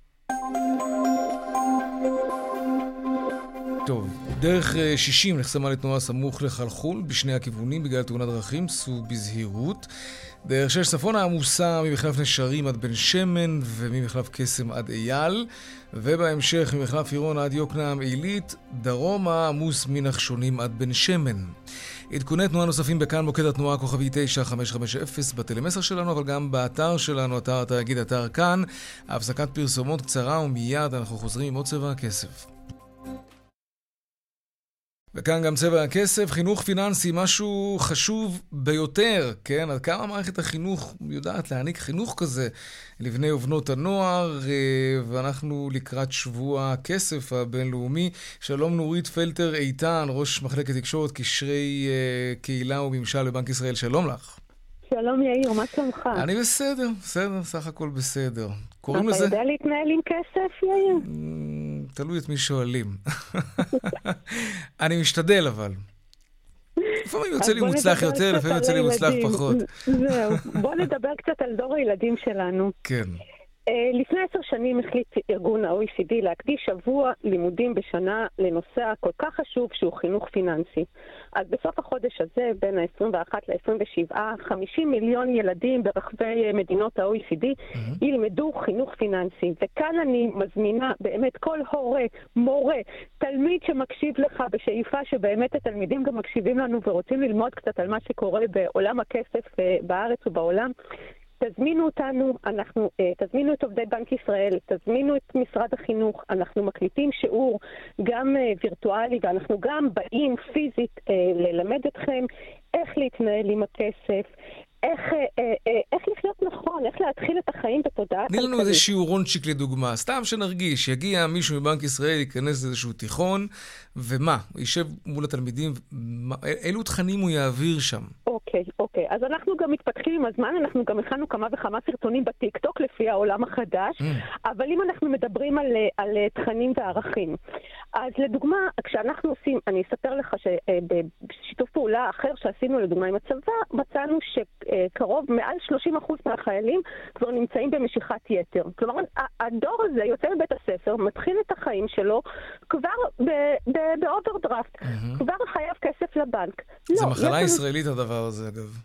טוב, דרך שישים נחסמה לתנועה סמוך לחלחול בשני הכיוונים בגלל תאונת דרכים, סעו בזהירות. דרך שש צפונה עמוסה ממחלף נשרים עד בן שמן וממחלף קסם עד אייל, ובהמשך ממחלף עירון עד יוקנעם עילית, דרומה עמוס מנחשונים עד בן שמן. עדכוני תנועה נוספים בכאן מוקד התנועה כוכבי תשע חמש חמש אפס בטלמסר שלנו, אבל גם באתר שלנו, אתר התאגיד, אתר כאן. הפסקת פרסומות קצרה ומיד אנחנו חוזרים עם עוד צבע הכסף. וכאן גם צבע הכסף, חינוך פיננסי, משהו חשוב ביותר, כן? עד כמה מערכת החינוך יודעת להעניק חינוך כזה לבני ובנות הנוער, ואנחנו לקראת שבוע הכסף הבינלאומי. שלום נורית פלטר איתן, ראש מחלקת תקשורת קשרי קהילה וממשל בבנק ישראל, שלום לך. שלום יאיר, מה שלומך? אני בסדר, בסדר, סך הכל בסדר. קוראים לזה... אתה יודע להתנהל עם כסף, יאיר? תלוי את מי שואלים. אני משתדל, אבל. לפעמים יוצא לי מוצלח יותר, לפעמים יוצא לי מוצלח פחות. זהו, בוא נדבר קצת על דור הילדים שלנו. כן. לפני עשר שנים החליט ארגון ה-או אי סי די להקדיש שבוע לימודים בשנה לנושא כל כך חשוב שהוא חינוך פיננסי. אז בסוף החודש הזה, בין ה-עשרים ואחת ל-עשרים ושבע, חמישים מיליון ילדים ברחבי מדינות ה-או אי סי די mm-hmm. ילמדו חינוך פיננסי. וכאן אני מזמינה באמת כל הורה, מורה, תלמיד שמקשיב לך בשאיפה שבאמת התלמידים גם מקשיבים לנו ורוצים ללמוד קצת על מה שקורה בעולם הכסף בארץ ובעולם. תזמינו אותנו, אנחנו, תזמינו את עובדי בנק ישראל, תזמינו את משרד החינוך, אנחנו מקליטים שיעור גם וירטואלי ואנחנו גם באים פיזית ללמד אתכם איך להתנהל עם הכסף, איך, איך לחיות נכון, איך להתחיל את החיים בתודעה. תני לנו איזה שיעורונצ'יק לדוגמה, סתם שנרגיש, יגיע מישהו מבנק ישראל, ייכנס לאיזשהו תיכון, ומה? הוא יישב מול התלמידים, אילו תכנים הוא יעביר שם? אוקיי, אוקיי. אז אנחנו גם מתפתחים עם הזמן, אנחנו גם הכנו כמה וכמה סרטונים בטיקטוק לפי העולם החדש, mm. אבל אם אנחנו מדברים על, על תכנים וערכים, אז לדוגמה, כשאנחנו עושים, אני אספר לך שבשיתוף פעולה אחר שעשינו לדוגמה עם הצבא, מצאנו שקרוב מעל שלושים אחוז מהחיילים כבר נמצאים במשיכת יתר. כלומר, הדור הזה יוצא מבית הספר, מתחיל את החיים שלו כבר באוברדרפט, mm-hmm. כבר חייב כסף לבנק. זה לא, מחלה ישראלית הדבר הזה, אגב.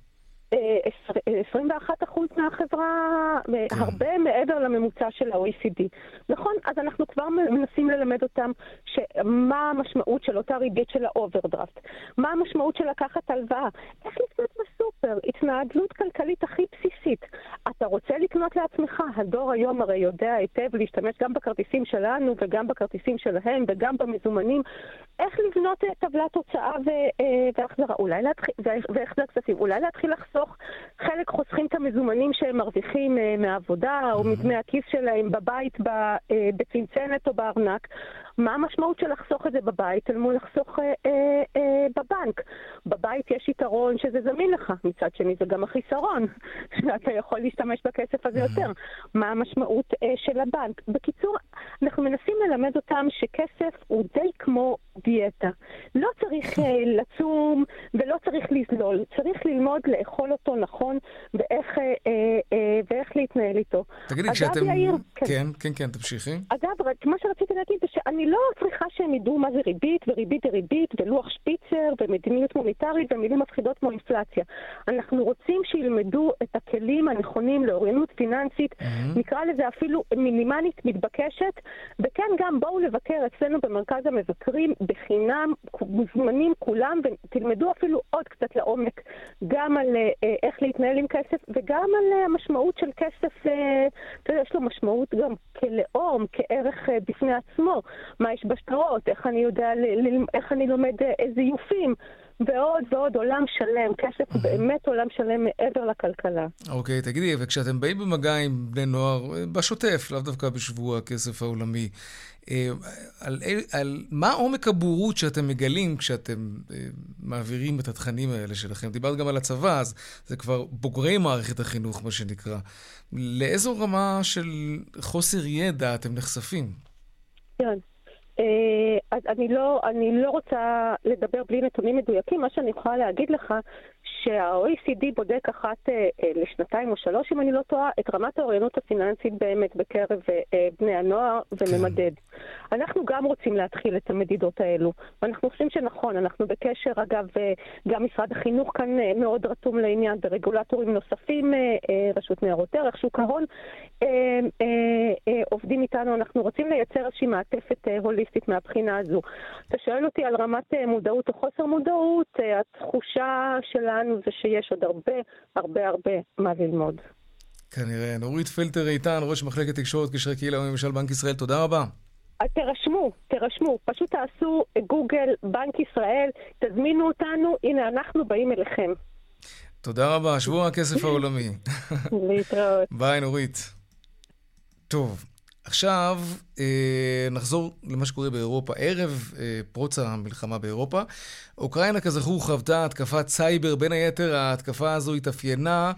עשרים ואחד אחוז מהחברה, הרבה מעבר לממוצע של ה-או אי סי די. נכון? אז אנחנו כבר מנסים ללמד אותם מה המשמעות של אותה ריבית של האוברדרפט, מה המשמעות של לקחת הלוואה, איך לקנות בסופר, התנהלות כלכלית הכי בסיסית. אתה רוצה לקנות לעצמך, הדור היום הרי יודע היטב להשתמש גם בכרטיסים שלנו וגם בכרטיסים שלהם וגם במזומנים, איך לבנות טבלת הוצאה והחזרה, אולי להתחיל, והחזר כספים, אולי להתחיל לחסוך, חלק חוסכים את המזומנים שהם מרוויחים מהעבודה או מדמי הכיס שלהם בבית, בצנצנת או בארנק. מה המשמעות של לחסוך את זה בבית אל מול לחסוך אה, אה, אה, בבנק? בבית יש יתרון שזה זמין לך, מצד שני זה גם החיסרון, שאתה יכול להשתמש בכסף הזה יותר. מה המשמעות אה, של הבנק? בקיצור, אנחנו מנסים ללמד אותם שכסף הוא די כמו דיאטה. לא צריך אה, לצום ולא צריך לזלול, צריך ללמוד לאכול אותו נכון ואיך, אה, אה, ואיך להתנהל איתו. תגידי, כשאתם... יאיר, כן, כן, כן, כן, תמשיכי. אגב, מה שרציתי להגיד זה שאני לא צריכה שהם ידעו מה זה ריבית וריבית דריבית ולוח שפיצר ומדיניות מוניטרית ומילים מפחידות כמו אינפלציה. אנחנו רוצים שילמדו את הכלים הנכונים לאוריינות פיננסית, mm-hmm. נקרא לזה אפילו מינימלית מתבקשת, וכן גם בואו לבקר אצלנו במרכז המבקרים בחינם, מוזמנים כולם, ותלמדו אפילו עוד קצת לעומק גם על איך להתנהל עם כסף, וגם על המשמעות של כסף, אתה יודע, יש לו משמעות גם כלאום, כערך בפני עצמו, מה יש בשטרות, איך אני יודע, איך אני לומד זיופים, ועוד ועוד עולם שלם, כסף הוא באמת עולם שלם מעבר לכלכלה. אוקיי, תגידי, וכשאתם באים במגע עם בני נוער, בשוטף, לאו דווקא בשבוע הכסף העולמי, על, על מה עומק הבורות שאתם מגלים כשאתם מעבירים את התכנים האלה שלכם? דיברת גם על הצבא, אז זה כבר בוגרי מערכת החינוך, מה שנקרא. לאיזו רמה של חוסר ידע אתם נחשפים? כן. אז אני לא, אני לא רוצה לדבר בלי נתונים מדויקים. מה שאני יכולה להגיד לך, שה-או אי סי די בודק אחת לשנתיים או שלוש, אם אני לא טועה, את רמת האוריינות הפיננסית באמת בקרב בני הנוער וממדד. אנחנו גם רוצים להתחיל את המדידות האלו, ואנחנו חושבים שנכון, אנחנו בקשר, אגב, גם משרד החינוך כאן מאוד רתום לעניין, ברגולטורים נוספים, רשות ניירות ערך, שוק ההון, עובדים איתנו, אנחנו רוצים לייצר איזושהי מעטפת הוליסטית מהבחינה הזו. אתה שואל אותי על רמת מודעות או חוסר מודעות, התחושה שלנו זה שיש עוד הרבה, הרבה, הרבה מה ללמוד. כנראה. נורית פילטר איתן, ראש מחלקת תקשורת קשרי קהילה וממשל בנק ישראל, תודה רבה. תרשמו, תרשמו, פשוט תעשו גוגל, בנק ישראל, תזמינו אותנו, הנה אנחנו באים אליכם. תודה רבה, שבוע הכסף העולמי. להתראות. ביי נורית. טוב. עכשיו אה, נחזור למה שקורה באירופה. ערב אה, פרוץ המלחמה באירופה, אוקראינה כזכור חוותה התקפת סייבר. בין היתר ההתקפה הזו התאפיינה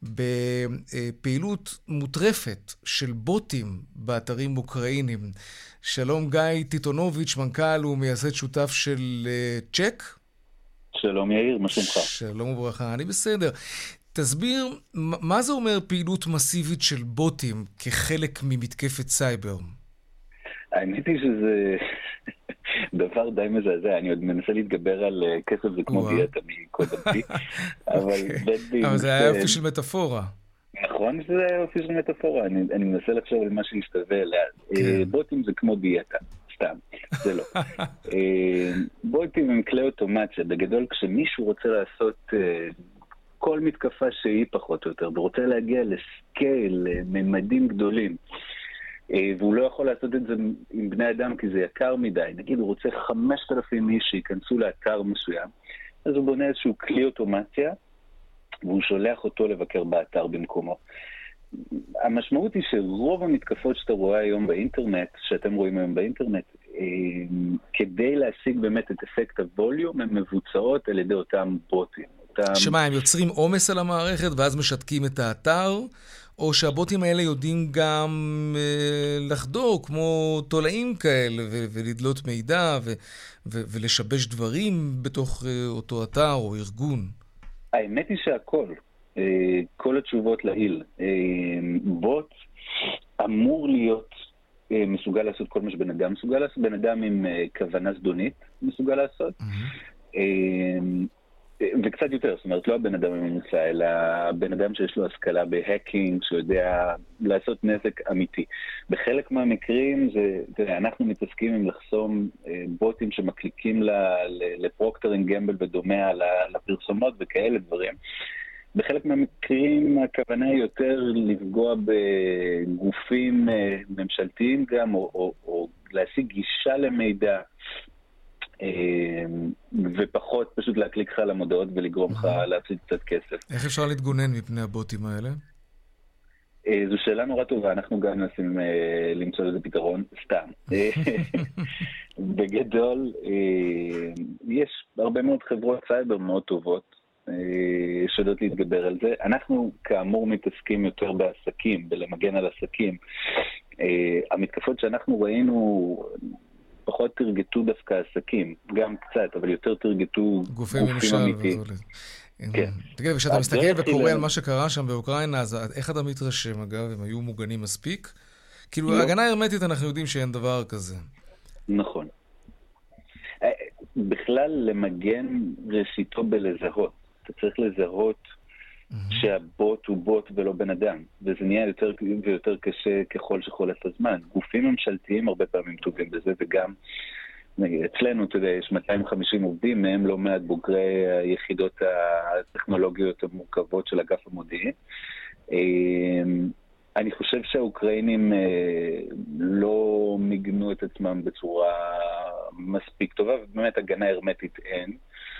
בפעילות מוטרפת של בוטים באתרים אוקראינים. שלום גיא טיטונוביץ', מנכ"ל ומייסד שותף של אה, צ'ק. שלום יאיר, מה שלומך? שלום וברכה, אני בסדר. תסביר, מה זה אומר פעילות מסיבית של בוטים כחלק ממתקפת סייבר? האמת היא שזה דבר די מזעזע. אני עוד מנסה להתגבר על כסף זה כמו דיאטה מקודמתי. אבל זה היה יופי של מטאפורה. נכון שזה היה יופי של מטאפורה. אני מנסה לחשוב על מה שישתווה אליה. בוטים זה כמו דיאטה. סתם, זה לא. בוטים הם כלי אוטומציה. בגדול, כשמישהו רוצה לעשות כל מתקפה שהיא פחות או יותר, ורוצה להגיע לסקייל, לממדים גדולים, והוא לא יכול לעשות את זה עם בני אדם כי זה יקר מדי. נגיד, הוא רוצה חמשת אלפים איש שיכנסו לאתר מסוים, אז הוא בונה איזשהו כלי אוטומציה, והוא שולח אותו לבקר באתר במקומו. המשמעות היא שרוב המתקפות שאתה רואה היום באינטרנט, שאתם רואים היום באינטרנט, כדי להשיג באמת את אפקט הווליום, הן מבוצעות על ידי אותם בוטים. שמה, הם יוצרים עומס על המערכת ואז משתקים את האתר, או שהבוטים האלה יודעים גם אה, לחדור כמו תולעים כאלה ו- ולדלות מידע ו- ו- ולשבש דברים בתוך אה, אותו אתר או ארגון? האמת היא שהכל, אה, כל התשובות להיל. אה, בוט אמור להיות אה, מסוגל לעשות כל מה שבן אדם מסוגל לעשות, בן אדם עם אה, כוונה זדונית מסוגל לעשות. Mm-hmm. אה, וקצת יותר, זאת אומרת, לא הבן אדם הממוצע, אלא הבן אדם שיש לו השכלה בהקינג, שיודע לעשות נזק אמיתי. בחלק מהמקרים, זה, תראה, אנחנו מתעסקים עם לחסום אה, בוטים שמקליקים לפרוקטר אנד גמבל ודומה לפרסומות וכאלה דברים. בחלק מהמקרים הכוונה היא יותר לפגוע בגופים אה, ממשלתיים גם, או, או, או להשיג גישה למידע, ופחות פשוט להקליק לך על המודעות ולגרום לך להפסיד קצת כסף. איך אפשר להתגונן מפני הבוטים האלה? זו שאלה נורא טובה, אנחנו גם מנסים למצוא לזה פתרון, סתם. בגדול, יש הרבה מאוד חברות סייבר מאוד טובות שיודעות להתגבר על זה. אנחנו כאמור מתעסקים יותר בעסקים, בלמגן על עסקים. המתקפות שאנחנו ראינו פחות תרגטו דווקא עסקים, גם קצת, אבל יותר תרגטו גופים אמיתיים. כן. תגיד, כשאתה מסתכל וקורא על מה שקרה שם באוקראינה, אז איך אתה מתרשם, אגב, הם היו מוגנים מספיק? כאילו, הגנה הרמטית אנחנו יודעים שאין דבר כזה. נכון. בכלל, למגן ראשיתו בלזהות. אתה צריך לזהות שהבוט הוא בוט ולא בן אדם, וזה נהיה יותר ויותר קשה ככל שחולף הזמן. גופים ממשלתיים הרבה פעמים טובים בזה, וגם אצלנו, אתה יודע, יש מאתיים וחמישים עובדים, מהם לא מעט בוגרי היחידות הטכנולוגיות המורכבות של אגף המודיעין. אני חושב שהאוקראינים לא מיגנו את עצמם בצורה מספיק טובה, ובאמת הגנה הרמטית אין.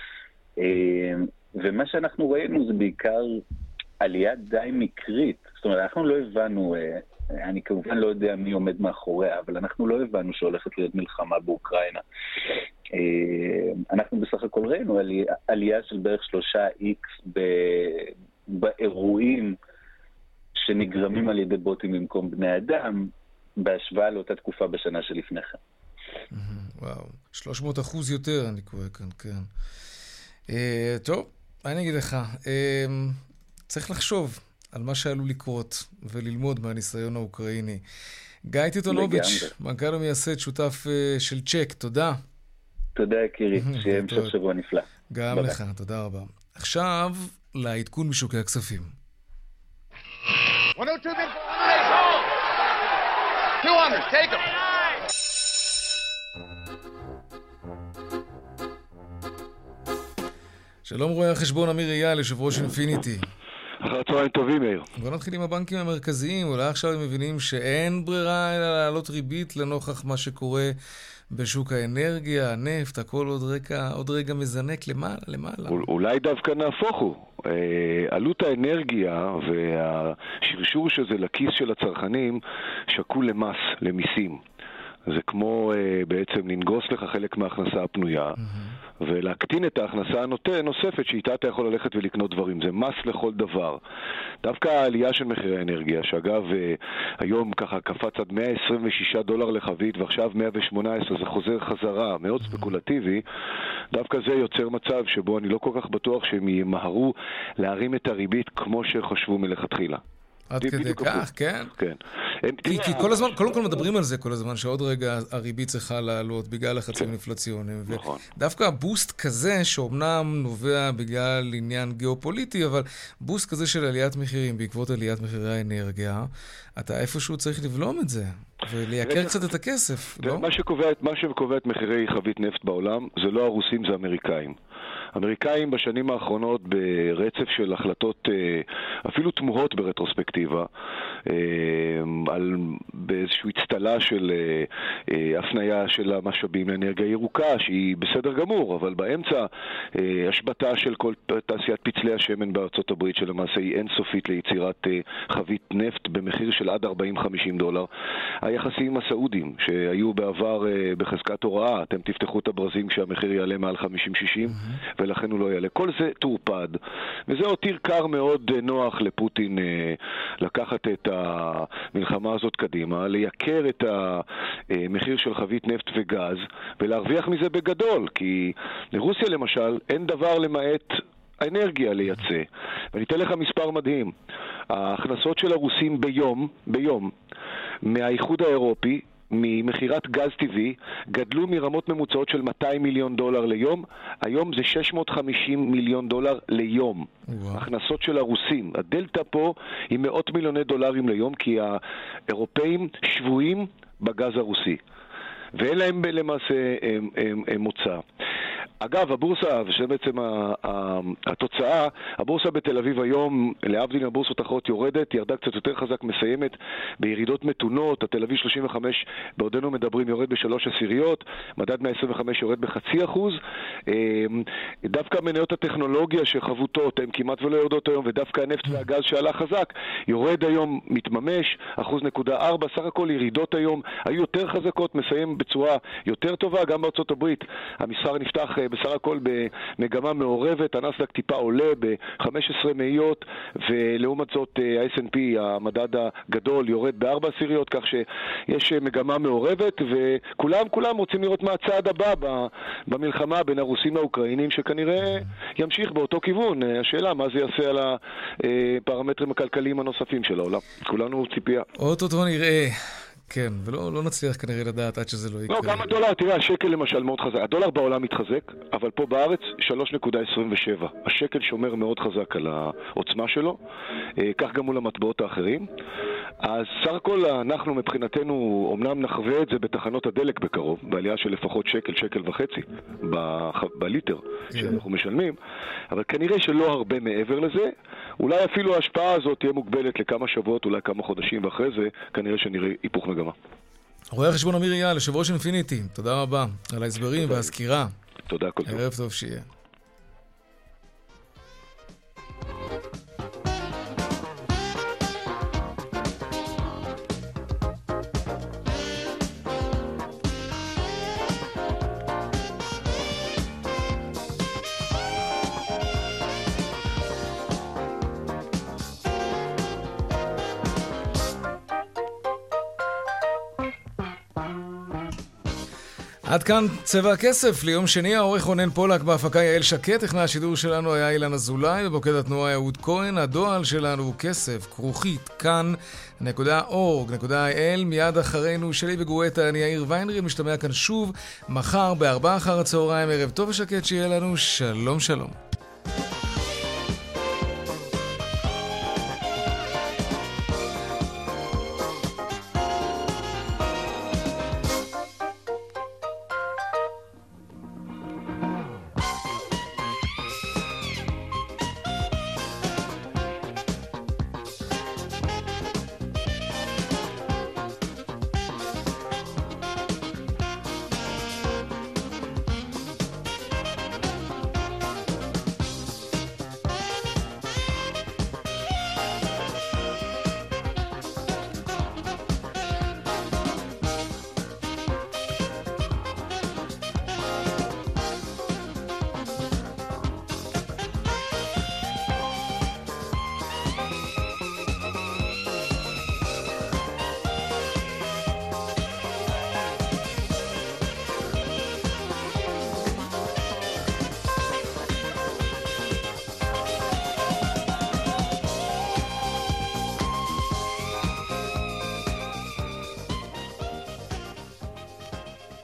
ומה שאנחנו ראינו זה בעיקר עלייה די מקרית. זאת אומרת, אנחנו לא הבנו, אני כמובן לא יודע מי עומד מאחוריה, אבל אנחנו לא הבנו שהולכת להיות מלחמה באוקראינה. אנחנו בסך הכל ראינו עלייה של בערך שלושה איקס באירועים שנגרמים על ידי בוטים במקום בני אדם, בהשוואה לאותה תקופה בשנה שלפני כן. וואו, שלוש מאות אחוז יותר, אני קורא כאן, כן. טוב, אני אגיד לך, צריך לחשוב על מה שעלול לקרות וללמוד מהניסיון האוקראיני. גיא טיטונוביץ', מנכ"ל ומייסד, שותף של צ'ק, תודה. תודה יקירי, שיהיה המשך שבוע נפלא. גם לך, תודה רבה. עכשיו, לעדכון משוקי הכספים. one oh two bid for two hundred, take them. שלום רואה החשבון אמיר אייל, יושב ראש אינפיניטי. אחר צהריים טובים, מאיר. בוא נתחיל עם הבנקים המרכזיים. אולי עכשיו הם מבינים שאין ברירה אלא לעלות ריבית לנוכח מה שקורה בשוק האנרגיה, הנפט, הכל עוד רגע, עוד רגע מזנק למעלה, למעלה. אולי דווקא נהפוך הוא. עלות האנרגיה והשרשור שזה לכיס של הצרכנים שקול למס, למיסים. זה כמו בעצם לנגוס לך חלק מההכנסה הפנויה, mm-hmm. ולהקטין את ההכנסה הנוספת שאיתה אתה יכול ללכת ולקנות דברים. זה מס לכל דבר. דווקא העלייה של מחירי האנרגיה, שאגב היום ככה קפץ עד מאה עשרים ושישה דולר לחבית, ועכשיו מאה ושמונה עשרה, זה חוזר חזרה, מאוד mm-hmm. ספקולטיבי. דווקא זה יוצר מצב שבו אני לא כל כך בטוח שהם ימהרו להרים את הריבית כמו שחשבו מלכתחילה. עד כדי כך, כן? כן. כי כל הזמן, קודם כל מדברים על זה כל הזמן, שעוד רגע הריבית צריכה לעלות בגלל לחצים אינפלציוניים. ודווקא הבוסט כזה, שאומנם נובע בגלל עניין גיאופוליטי, אבל בוסט כזה של עליית מחירים בעקבות עליית מחירי האנרגיה, אתה איפשהו צריך לבלום את זה, ולייקר קצת את הכסף, לא? מה שקובע את מחירי חבית נפט בעולם, זה לא הרוסים, זה אמריקאים. אמריקאים בשנים האחרונות ברצף של החלטות אפילו תמוהות ברטרוספקטיבה על באיזושהי הצטלה של הפניה של המשאבים לאנרגיה ירוקה שהיא בסדר גמור, אבל באמצע השבתה של כל תעשיית פצלי השמן בארצות הברית שלמעשה היא אינסופית ליצירת חבית נפט במחיר של עד ארבעים חמישים דולר. היחסים הסעודים שהיו בעבר בחזקת הוראה, אתם תפתחו את הברזים כשהמחיר יעלה מעל חמישים שישים ולכן הוא לא יעלה. כל זה תורפד. וזה הותיר קר מאוד נוח לפוטין לקחת את המלחמה הזאת קדימה, לייקר את המחיר של חבית נפט וגז, ולהרוויח מזה בגדול. כי לרוסיה למשל אין דבר למעט האנרגיה לייצא. ואני אתן לך מספר מדהים. ההכנסות של הרוסים ביום, ביום, מהאיחוד האירופי, ממחירת גז טבעי, גדלו מרמות ממוצעות של מאתיים מיליון דולר ליום, היום זה שש מאות וחמישים מיליון דולר ליום. וואו. הכנסות של הרוסים. הדלטה פה היא מאות מיליוני דולרים ליום, כי האירופאים שבויים בגז הרוסי. ואין להם למעשה הם, הם, הם מוצא. אגב, הבורסה, ושזה בעצם התוצאה, הבורסה בתל אביב היום, להבדיל הבורסות האחרות יורדת, ירדה קצת יותר חזק, מסיימת בירידות מתונות, התל אביב שלושים וחמש, בעודנו מדברים, יורד בשלוש עשיריות, מדד מאה עשרים וחמש יורד בחצי אחוז, דווקא מניות הטכנולוגיה שחבוטות, הן כמעט ולא יורדות היום, ודווקא הנפט והגז שעלה חזק, יורד היום, מתממש, אחוז נקודה ארבע, סך הכל ירידות היום, היו יותר חזקות, מסיים בצורה יותר טובה, גם בארצות הברית, המסחר נפתח בסך הכל במגמה מעורבת, הנסדק טיפה עולה ב-חמש עשרה מאיות, ולעומת זאת ה-אס אנד פי, המדד הגדול, יורד בארבע עשיריות, כך שיש מגמה מעורבת, וכולם כולם רוצים לראות מה הצעד הבא במלחמה בין הרוסים לאוקראינים, שכנראה ימשיך באותו כיוון. השאלה, מה זה יעשה על הפרמטרים הכלכליים הנוספים של העולם? כולנו ציפייה. אוטוטו נראה. כן, ולא לא נצליח כנראה לדעת עד שזה לא יקרה. לא, גם הדולר, תראה, השקל למשל מאוד חזק. הדולר בעולם מתחזק, אבל פה בארץ שלוש נקודה עשרים ושבע. השקל שומר מאוד חזק על העוצמה שלו, כך גם מול המטבעות האחרים. אז סך הכל אנחנו מבחינתנו אומנם נחווה את זה בתחנות הדלק בקרוב, בעלייה של לפחות שקל, שקל וחצי ב- בליטר שאנחנו משלמים, אבל כנראה שלא הרבה מעבר לזה. אולי אפילו ההשפעה הזאת תהיה מוגבלת לכמה שבועות, אולי כמה חודשים, ואחרי זה כנראה שנראה היפוך מגמה. רואה החשבון אמיר אייל, יושב ראש אינפיניטי, תודה רבה על ההסברים והסקירה. תודה, כל טוב. ערב טוב שיהיה. עד כאן צבע הכסף ליום שני. העורך רונן פולק, בהפקה יעל שקט, טכנאי השידור שלנו היה אילן אזולאי, ובמוקד התנועה יהוד כהן. הדואל שלנו הוא כסף כרוכית כאן נקודה אורג נקודה איי אל. מיד אחרינו שלי וגואטה, אני יאיר ויינרב, משתמע כאן שוב מחר בארבע אחר הצהריים. ערב טוב ושקט שיהיה לנו. שלום שלום.